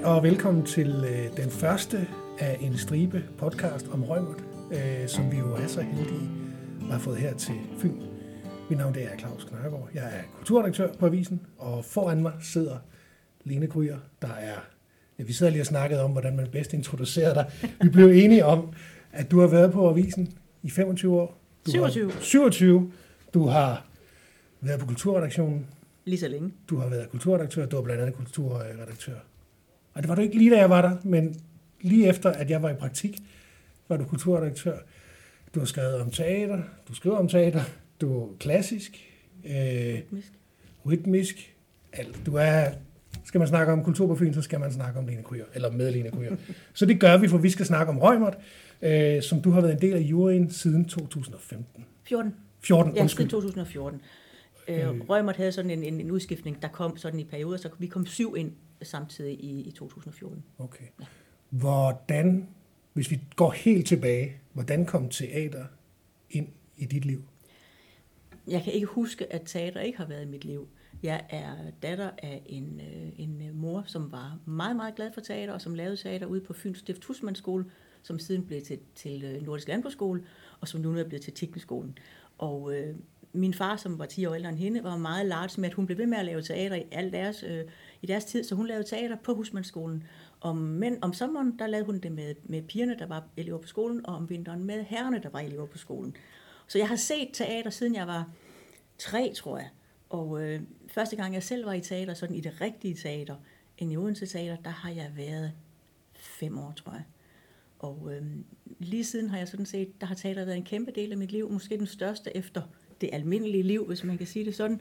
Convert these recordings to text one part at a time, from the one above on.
og velkommen til den første af en stribe podcast om Reumert, som vi jo er så heldige at have fået her til Fyn. Mit navn er Claus Knargaard. Jeg er kulturredaktør på avisen, og foran mig sidder Lene Gryer, der er... Ja, vi sidder lige og snakket om, hvordan man bedst introducerer dig. Vi blev enige om, at du har været på avisen i 25 år. 27. Du har været på kulturredaktionen. Lige så længe. Du har været kulturredaktør, du har blandt andet kulturredaktør. Og det var du ikke lige da jeg var der, men lige efter at jeg var i praktik, var du kulturredaktør. Du har skrevet om teater, du skriver om teater, du er klassisk, rytmisk, alt. Du er, skal man snakke om kultur på Fyn, så skal man snakke om Lene Gryer, eller med Lene Gryer. Så det gør vi, for vi skal snakke om Reumert, som du har været en del af juryen siden 2015. 14, ja, undskyld. siden 2014. Reumert havde sådan en udskiftning, der kom sådan i perioder, så vi kom 7 ind samtidig i 2014. Okay. Ja. Hvordan, hvis vi går helt tilbage, hvordan kom teater ind i dit liv? Jeg kan ikke huske, at teater ikke har været i mit liv. Jeg er datter af en mor, som var meget, meget glad for teater, og som lavede teater ude på Fyns Stift Husmandsskole, som siden blev til Nordisk Landbrugsskole, og som nu er blevet til Teknikskolen. Og min far, som var 10 år ældre end hende, var meget large med, at hun blev ved med at lave teater i deres tid, så hun lavede teater på Husmandsskolen. Men om sommeren, der lavede hun det med pigerne, der var elever på skolen, og om vinteren med herrerne, der var elever på skolen. Så jeg har set teater, siden jeg var 3, tror jeg. Og første gang jeg selv var i teater, sådan i det rigtige teater, i Odense Teater, der har jeg været 5 år, tror jeg. Og lige siden har jeg sådan set, der har teater været en kæmpe del af mit liv, måske den største efter det almindelige liv, hvis man kan sige det sådan.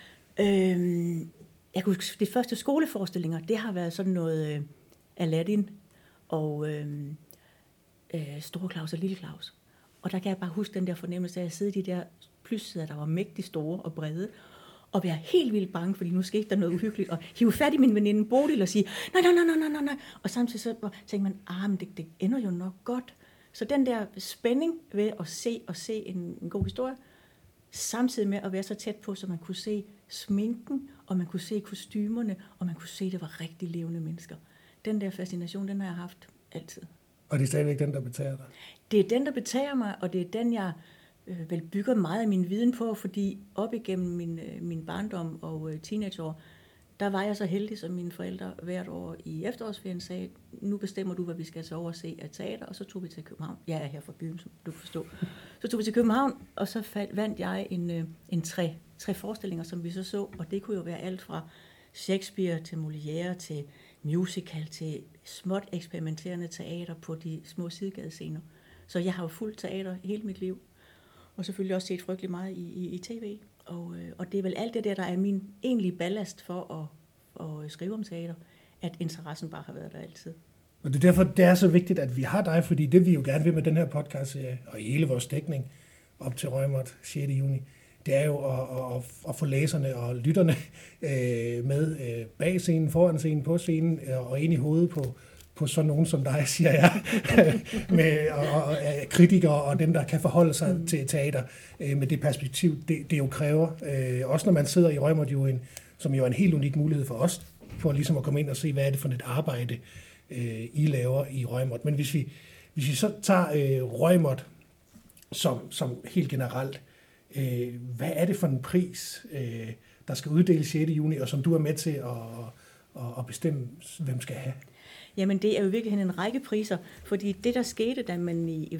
Jeg kunne huske, de første skoleforestillinger, det har været sådan noget Aladdin og Store Claus og Lille Claus. Og der kan jeg bare huske den der fornemmelse af at sidde i de der plyssider, der var mægtig store og brede, og være helt vildt bange, fordi nu skete der noget uhyggeligt, og hive fat i min veninde Bodil og sige, nej. Og samtidig så tænker man, men det ender jo nok godt. Så den der spænding ved at se en god historie, samtidig med at være så tæt på, så man kunne se sminken, og man kunne se kostymerne, og man kunne se, at det var rigtig levende mennesker. Den der fascination, den har jeg haft altid. Og det er stadigvæk den, der betager dig? Det er den, der betager mig, og det er den, jeg vel bygger meget af min viden på, fordi op igennem min barndom og teenageår, der var jeg så heldig, som mine forældre hvert år i efterårsferien sagde, nu bestemmer du, hvad vi skal så over se af teater, og så tog vi til København. Jeg er her fra byen, som du kan forstå. Så tog vi til København, og så vandt jeg en 3 forestillinger, som vi så, og det kunne jo være alt fra Shakespeare til Molière til musical til småt eksperimenterende teater på de små sidegadescener. Så jeg har jo fulgt teater hele mit liv, og selvfølgelig også set frygtelig meget i tv. Og det er vel alt det der er min egentlige ballast for at skrive om teater, at interessen bare har været der altid. Og det er derfor, det er så vigtigt, at vi har dig, fordi det vi jo gerne vil med den her podcast, og i hele vores dækning op til Reumert 6. juni, det er jo at få læserne og lytterne med bag scenen, foran scenen, på scenen og ind i hovedet på sådan nogen som dig, siger jeg, med og kritikere og dem, der kan forholde sig til teater med det perspektiv, det jo kræver. Også når man sidder i Reumert-juryen, som jo er en helt unik mulighed for os, for ligesom at komme ind og se, hvad er det for et arbejde, I laver i Reumert. Men hvis vi så tager Reumert som helt generelt, hvad er det for en pris, der skal uddeles 6. juni, og som du er med til at bestemme, hvem skal have? Jamen, det er jo virkelig en række priser, fordi det, der skete, da man i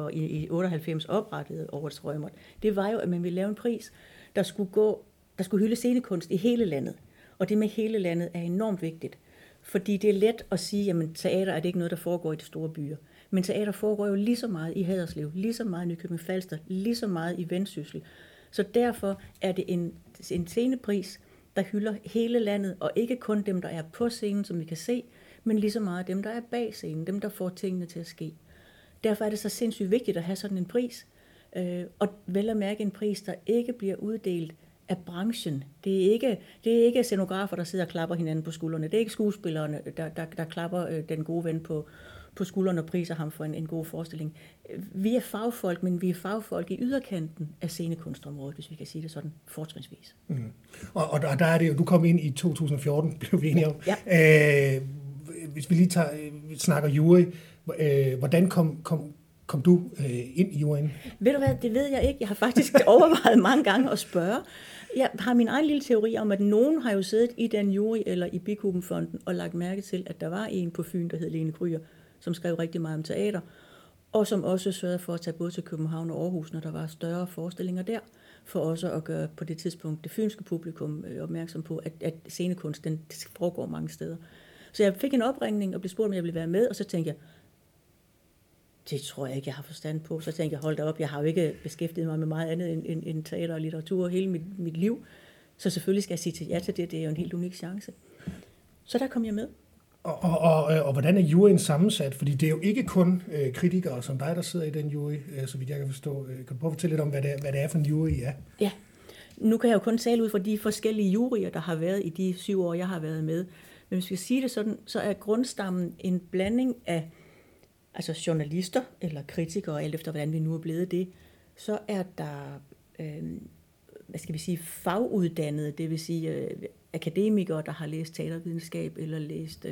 98 oprettede Årets Reumert, det var jo, at man ville lave en pris, der skulle hylde scenekunst i hele landet. Og det med hele landet er enormt vigtigt, fordi det er let at sige, jamen teater er det ikke noget, der foregår i de store byer. Men teater foregår jo lige så meget i Haderslev, lige så meget i Nykøbing Falster, lige så meget i Vendsyssel. Så derfor er det en scenepris, der hylder hele landet, og ikke kun dem, der er på scenen, som vi kan se, men lige så meget dem, der er bag scenen, dem, der får tingene til at ske. Derfor er det så sindssygt vigtigt at have sådan en pris, og vel at mærke en pris, der ikke bliver uddelt af branchen. Det er ikke scenografer, der sidder og klapper hinanden på skuldrene. Det er ikke skuespillerne, der klapper den gode ven på skuldrene og priser ham for en god forestilling. Vi er fagfolk, men vi er fagfolk i yderkanten af scenekunstområdet, hvis vi kan sige det sådan fortrinsvis. Mm. Og der er det jo, du kom ind i 2014, blev vi enige om. Ja. hvis vi lige snakker jury, hvordan kom du ind i juryen? Ved du hvad, det ved jeg ikke. Jeg har faktisk overvejet mange gange at spørge. Jeg har min egen lille teori om, at nogen har jo siddet i den jury eller i Bikubenfonden og lagt mærke til, at der var en på Fyn, der hed Lene Kryer, som skrev rigtig meget om teater, og som også sørgede for at tage både til København og Aarhus, når der var større forestillinger der, for også at gøre på det tidspunkt det fynske publikum opmærksom på, at scenekunst den foregår mange steder. Så jeg fik en opringning og blev spurgt, om jeg ville være med, og så tænkte jeg, det tror jeg ikke, jeg har forstand på. Så tænkte jeg, hold da op, jeg har jo ikke beskæftiget mig med meget andet end teater og litteratur hele mit liv. Så selvfølgelig skal jeg sige ja til det. Det er jo en helt unik chance. Så der kom jeg med. Og hvordan er juryen sammensat? Fordi det er jo ikke kun kritikere som dig, der sidder i den jury, så vidt jeg kan forstå. Kan du prøve at fortælle lidt om, hvad det er for en jury, ja? Ja, nu kan jeg jo kun tale ud fra de forskellige juryer, der har været i de 7 år, jeg har været med. Men hvis vi skal sige det sådan, så er grundstammen en blanding af altså journalister eller kritikere, alt efter hvordan vi nu er blevet det. Så er der, faguddannede, det vil sige akademikere, der har læst teatervidenskab eller læst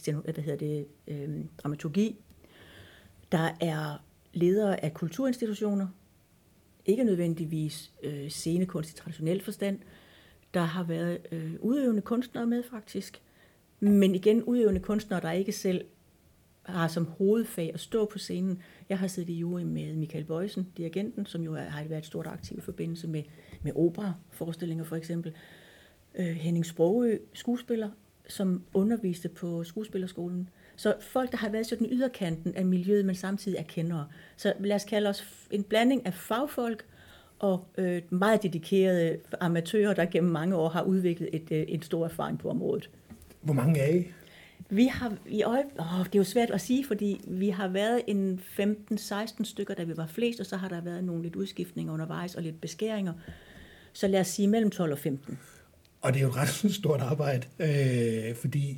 dramaturgi. Der er ledere af kulturinstitutioner, ikke nødvendigvis scenekunst i traditionel forstand. Der har været udøvende kunstnere med faktisk, men igen udøvende kunstnere, der ikke selv har som hovedfag at stå på scenen. Jeg har siddet i jury med Michael Bojsen, dirigenten, som jo har været et stort aktiv i forbindelse med operaforestillinger for eksempel. Henning Sprogø, skuespiller, som underviste på skuespillerskolen. Så folk, der har været sådan yderkanten af miljøet, men samtidig er kendere. Så lad os kalde os en blanding af fagfolk og meget dedikerede amatører, der gennem mange år har udviklet en stor erfaring på området. Hvor mange er I? Vi har det er jo svært at sige, fordi vi har været en 15-16 stykker, da vi var flest, og så har der været nogle lidt udskiftninger undervejs og lidt beskæringer. Så lad os sige mellem 12 og 15. Og det er jo et ret stort arbejde, fordi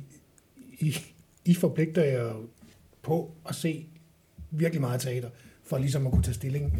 I forpligter jer på at se virkelig meget teater, for ligesom at kunne tage stilling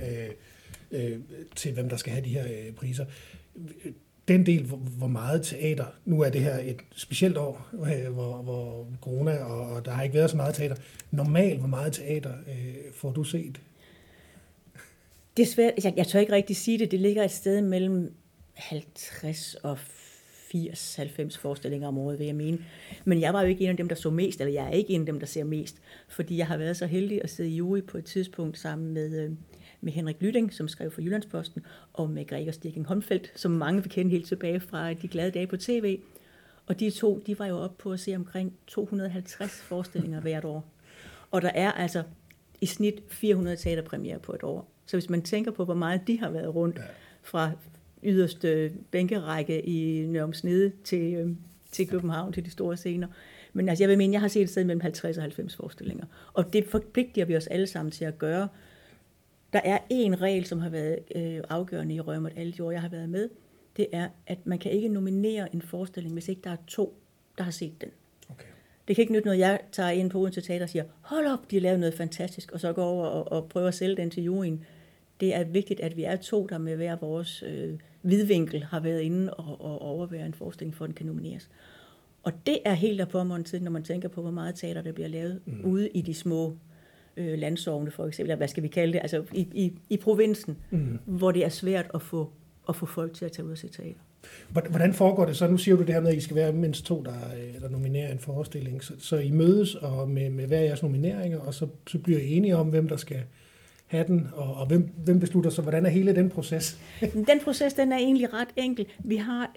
til, hvem der skal have de her priser. Den del, hvor meget teater, nu er det her et specielt år, hvor corona, og der har ikke været så meget teater. Normalt, hvor meget teater får du set? Det er svært. Jeg tør ikke rigtig sige det. Det ligger et sted mellem 50 og 80-90 forestillinger om året, vil jeg mene. Men jeg var jo ikke en af dem, der så mest, eller jeg er ikke en af dem, der ser mest, fordi jeg har været så heldig at sidde i jury på et tidspunkt sammen med Henrik Lytting, som skrev for Jyllandsposten, og med Gregor Stikking Holmfeldt, som mange vil kende helt tilbage fra de glade dage på tv. Og de to, de var jo oppe på at se omkring 250 forestillinger hvert år. Og der er altså i snit 400 teaterpremierer på et år. Så hvis man tænker på, hvor meget de har været rundt fra yderste bænkerække i Nørre Snede til København, til de store scener. Men altså, jeg vil mene, jeg har set et sted mellem 50 og 90 forestillinger. Og det forpligter vi os alle sammen til at gøre. Der er en regel, som har været afgørende i Reumert alle de år, jeg har været med. Det er, at man kan ikke nominere en forestilling, hvis ikke der er 2, der har set den. Okay. Det kan ikke nytte noget, jeg tager ind på Odense Teater og siger, hold op, de har lavet noget fantastisk, og så går over og prøver at sælge den til juryen. Det er vigtigt, at vi er 2, der med hver vores vidvinkel har været inde og overvære en forestilling, for den kan nomineres. Og det er helt af påmånden til, når man tænker på, hvor meget teater, der bliver lavet ude i de små landsovne, for eksempel, eller hvad skal vi kalde det, altså i provinsen, hvor det er svært at få folk til at tage ud og se teater. Hvordan foregår det så? Nu siger du det her med, at I skal være mindst 2, der nominerer en forestilling. Så I mødes og med hver jeres nomineringer, og så bliver I enige om, hvem der skal have den, og hvem beslutter så? Hvordan er hele den proces? Den proces, den er egentlig ret enkel. Vi har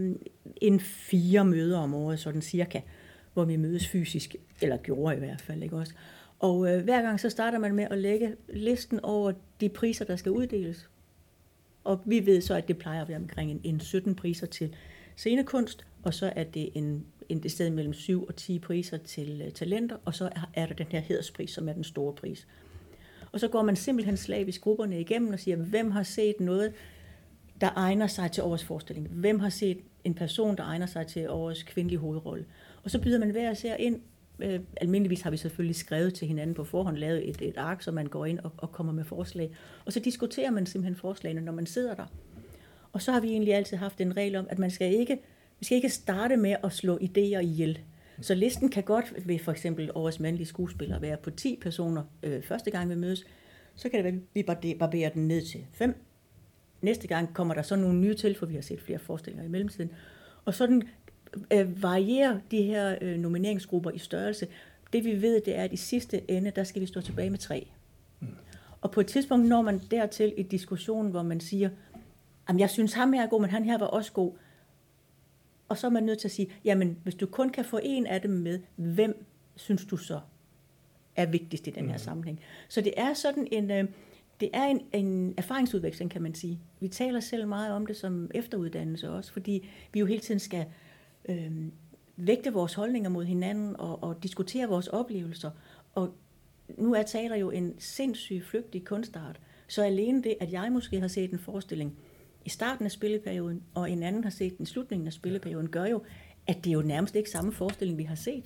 4 møder om året, sådan cirka, hvor vi mødes fysisk, eller gjorde i hvert fald, ikke også? Og hver gang så starter man med at lægge listen over de priser, der skal uddeles. Og vi ved så, at det plejer at være omkring en 17 priser til scenekunst, og så er det et sted mellem 7 og 10 priser til talenter, og så er der den her hæderspris, som er den store pris. Og så går man simpelthen slavisk grupperne igennem og siger, hvem har set noget, der egner sig til årets forestilling? Hvem har set en person, der egner sig til årets kvindelige hovedrolle? Og så byder man hver især ind. Almindeligvis har vi selvfølgelig skrevet til hinanden på forhånd, lavet et ark, så man går ind og kommer med forslag. Og så diskuterer man simpelthen forslagene, når man sidder der. Og så har vi egentlig altid haft en regel om, at vi skal ikke starte med at slå idéer ihjel. Så listen kan godt ved for eksempel årets mandlige skuespiller være på 10 personer første gang vi mødes. Så kan det være, at vi barberer den ned til 5. Næste gang kommer der så nogle nye til, for vi har set flere forestillinger i mellemtiden. Og sådan varierer de her nomineringsgrupper i størrelse. Det vi ved, det er, at i sidste ende, der skal vi stå tilbage med 3. Og på et tidspunkt når man dertil i diskussionen, hvor man siger, jamen jeg synes ham her er god, men han her var også god. Og så er man nødt til at sige, jamen hvis du kun kan få en af dem med, hvem synes du så er vigtigst i den her sammenhæng? Så det er sådan en erfaringsudveksling, kan man sige. Vi taler selv meget om det som efteruddannelse også, fordi vi jo hele tiden skal vægte vores holdninger mod hinanden og diskutere vores oplevelser. Og nu er teater jo en sindssygt flygtig kunstart, så alene det, at jeg måske har set en forestilling i starten af spilleperioden, og en anden har set den i slutningen af spilleperioden, gør jo, at det er jo nærmest ikke samme forestilling, vi har set.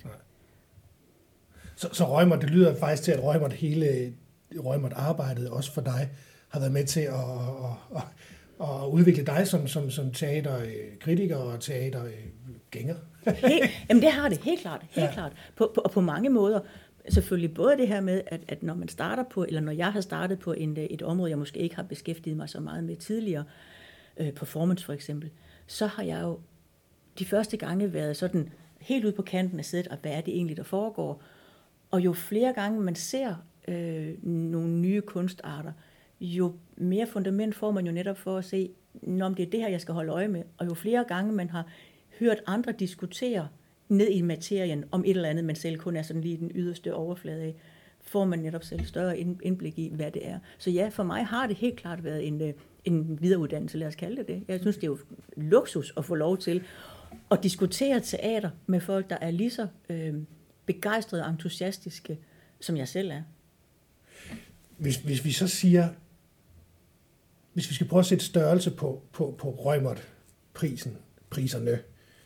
Så Reumert, det lyder faktisk til, at Reumert arbejdet også for dig, har været med til at udvikle dig som teaterkritiker og teatergænger. Jamen det har det, helt klart. På mange måder. Selvfølgelig både det her med, at når man starter på, eller når jeg har startet på et område, jeg måske ikke har beskæftiget mig så meget med tidligere, performance for eksempel, så har jeg jo de første gange været sådan helt ude på kanten af sædet, og hvad er det egentlig, der foregår? Og jo flere gange man ser nogle nye kunstarter, jo mere fundament får man jo netop for at se, om det er det her, jeg skal holde øje med. Og jo flere gange man har hørt andre diskutere ned i materien om et eller andet, man selv kun er sådan lige den yderste overflade af, får man netop selv større indblik i, hvad det er. Så ja, for mig har det helt klart været en videreuddannelse, lad os kalde det det. Jeg synes, det er jo luksus at få lov til at diskutere teater med folk, der er lige så begejstrede og entusiastiske, som jeg selv er. Hvis vi så siger, hvis vi skal prøve at sætte størrelse på Reumert-priserne,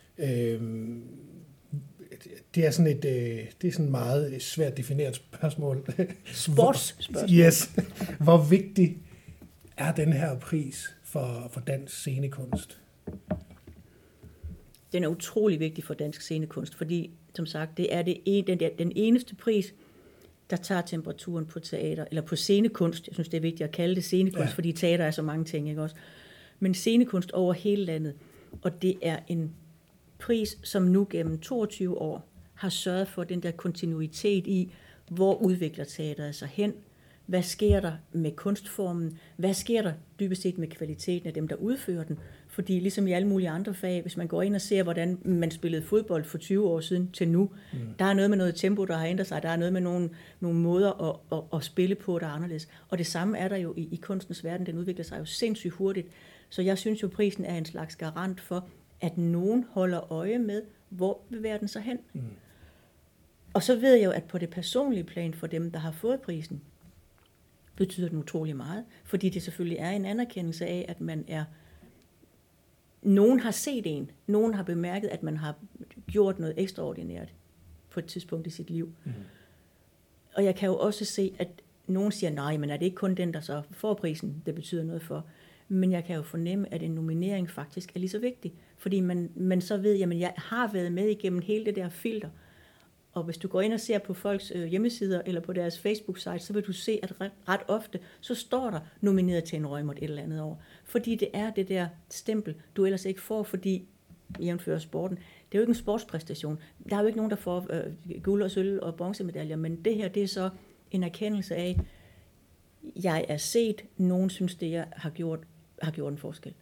det er sådan et meget svært defineret spørgsmål. Sportsspørgsmål. Yes. Hvor vigtig er den her pris for dansk scenekunst? Den er utrolig vigtig for dansk scenekunst, fordi, som sagt, det er den eneste pris, der tager temperaturen på teater, eller på scenekunst. Jeg synes, det er vigtigt at kalde det scenekunst, fordi teater er så mange ting, ikke også? Men scenekunst over hele landet, og det er en pris, som nu gennem 22 år har sørget for den der kontinuitet i, hvor udvikler teateret sig hen, hvad sker der med kunstformen, hvad sker der dybest set med kvaliteten af dem, der udfører den, fordi ligesom i alle mulige andre fag, hvis man går ind og ser, hvordan man spillede fodbold for 20 år siden til nu, der er noget med noget tempo, der har ændret sig, der er noget med nogle måder at spille på, der er anderledes. Og det samme er der jo i kunstens verden, den udvikler sig jo sindssygt hurtigt. Så jeg synes jo, prisen er en slags garant for, at nogen holder øje med, hvor bevæger den sig hen. Og så ved jeg jo, at på det personlige plan for dem, der har fået prisen, betyder den utrolig meget, fordi det selvfølgelig er en anerkendelse af, at man er. Nogen har set en, nogen har bemærket, at man har gjort noget ekstraordinært på et tidspunkt i sit liv. Og jeg kan jo også se, at nogen siger, nej, men er det ikke kun den, der så får prisen, det betyder noget for. Men jeg kan jo fornemme, at en nominering faktisk er lige så vigtig, fordi man så ved, jamen jeg har været med igennem hele det der filter. Og hvis du går ind og ser på folks hjemmesider eller på deres Facebook-site, så vil du se, at ret ofte, så står der nomineret til en Reumert et eller andet år. Fordi det er det der stempel, du ellers ikke får, fordi jævnfører sporten. Det er jo ikke en sportspræstation. Der er jo ikke nogen, der får guld og sølv og bronzemedaljer, men det her, det er så en erkendelse af, jeg er set, nogen synes, det jeg har gjort en forskel.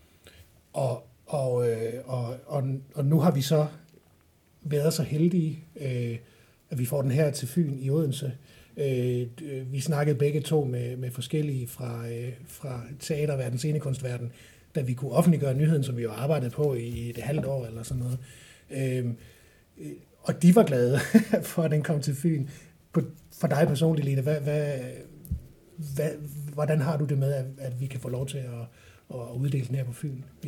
Og nu har vi så været så heldige, at vi får den her til Fyn i Odense. Vi snakkede begge to med forskellige fra teaterverden, scenekunstverden, da vi kunne offentliggøre nyheden, som vi jo arbejdede på i et halvt år eller sådan noget. Og de var glade for, at den kom til Fyn. For dig personligt, Lene, hvordan har du det med, at vi kan få lov til at uddele den her på Fyn? Jo.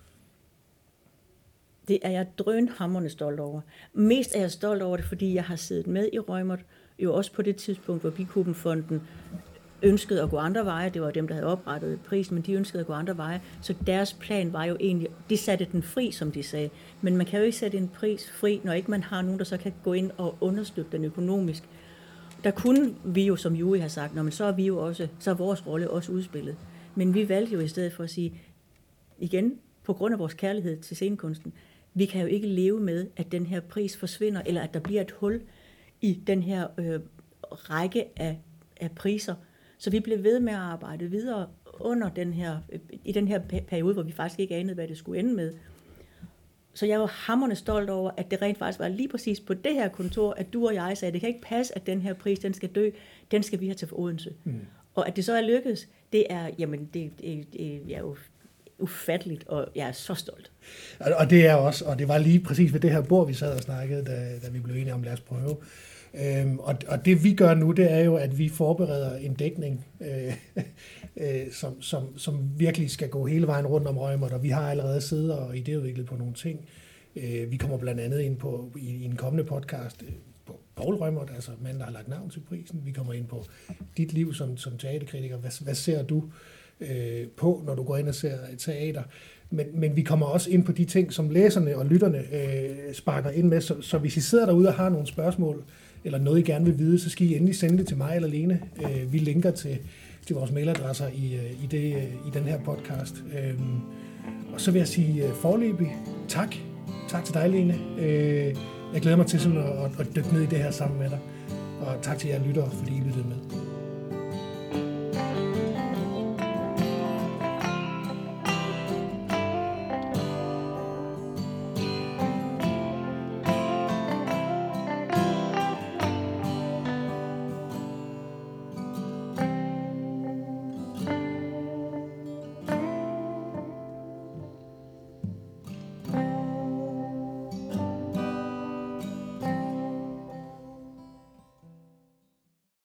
Det er jeg drønhamrende stolt over. Mest er jeg stolt over det, fordi jeg har siddet med i Reumert, jo også på det tidspunkt, hvor Bikubenfonden ønskede at gå andre veje. Det var dem, der havde oprettet prisen, men de ønskede at gå andre veje. Så deres plan var jo egentlig, de satte den fri, som de sagde. Men man kan jo ikke sætte en pris fri, når ikke man har nogen, der så kan gå ind og understøtte den økonomisk. Der kunne vi jo som jury have sagt, men så er vi jo også, så er vores rolle også udspillet. Men vi valgte jo i stedet for at sige, igen, på grund af vores kærlighed til scenekunsten, vi kan jo ikke leve med, at den her pris forsvinder, eller at der bliver et hul i den her række af priser. Så vi blev ved med at arbejde videre i den her periode, hvor vi faktisk ikke anede, hvad det skulle ende med. Så jeg var hamrende stolt over, at det rent faktisk var lige præcis på det her kontor, at du og jeg sagde, at det kan ikke passe, at den her pris, den skal dø, den skal vi have til Odense. Og at det så er lykkedes, det er jo ufatteligt, og jeg er så stolt. Og det er også, og det var lige præcis ved det her bord, vi sad og snakkede, da vi blev enige om, lad os prøve. Og det vi gør nu, det er jo, at vi forbereder en dækning, som virkelig skal gå hele vejen rundt om Reumert, og vi har allerede siddet og idéudviklet på nogle ting. Vi kommer blandt andet ind på i en kommende podcast på Poul Reumert, altså manden, der har lagt navn til prisen. Vi kommer ind på dit liv som teaterkritiker. Hvad ser du på, når du går ind og ser teater? Men vi kommer også ind på de ting, som læserne og lytterne sparker ind med. Så hvis I sidder derude og har nogle spørgsmål, eller noget, I gerne vil vide, så skal I endelig sende det til mig eller Lene. Vi linker til vores mailadresser i den her podcast. Og så vil jeg sige foreløbig tak. Tak til dig, Lene. Jeg glæder mig til sådan at dykke ned i det her sammen med dig. Og tak til jer lyttere, fordi I lyttede med.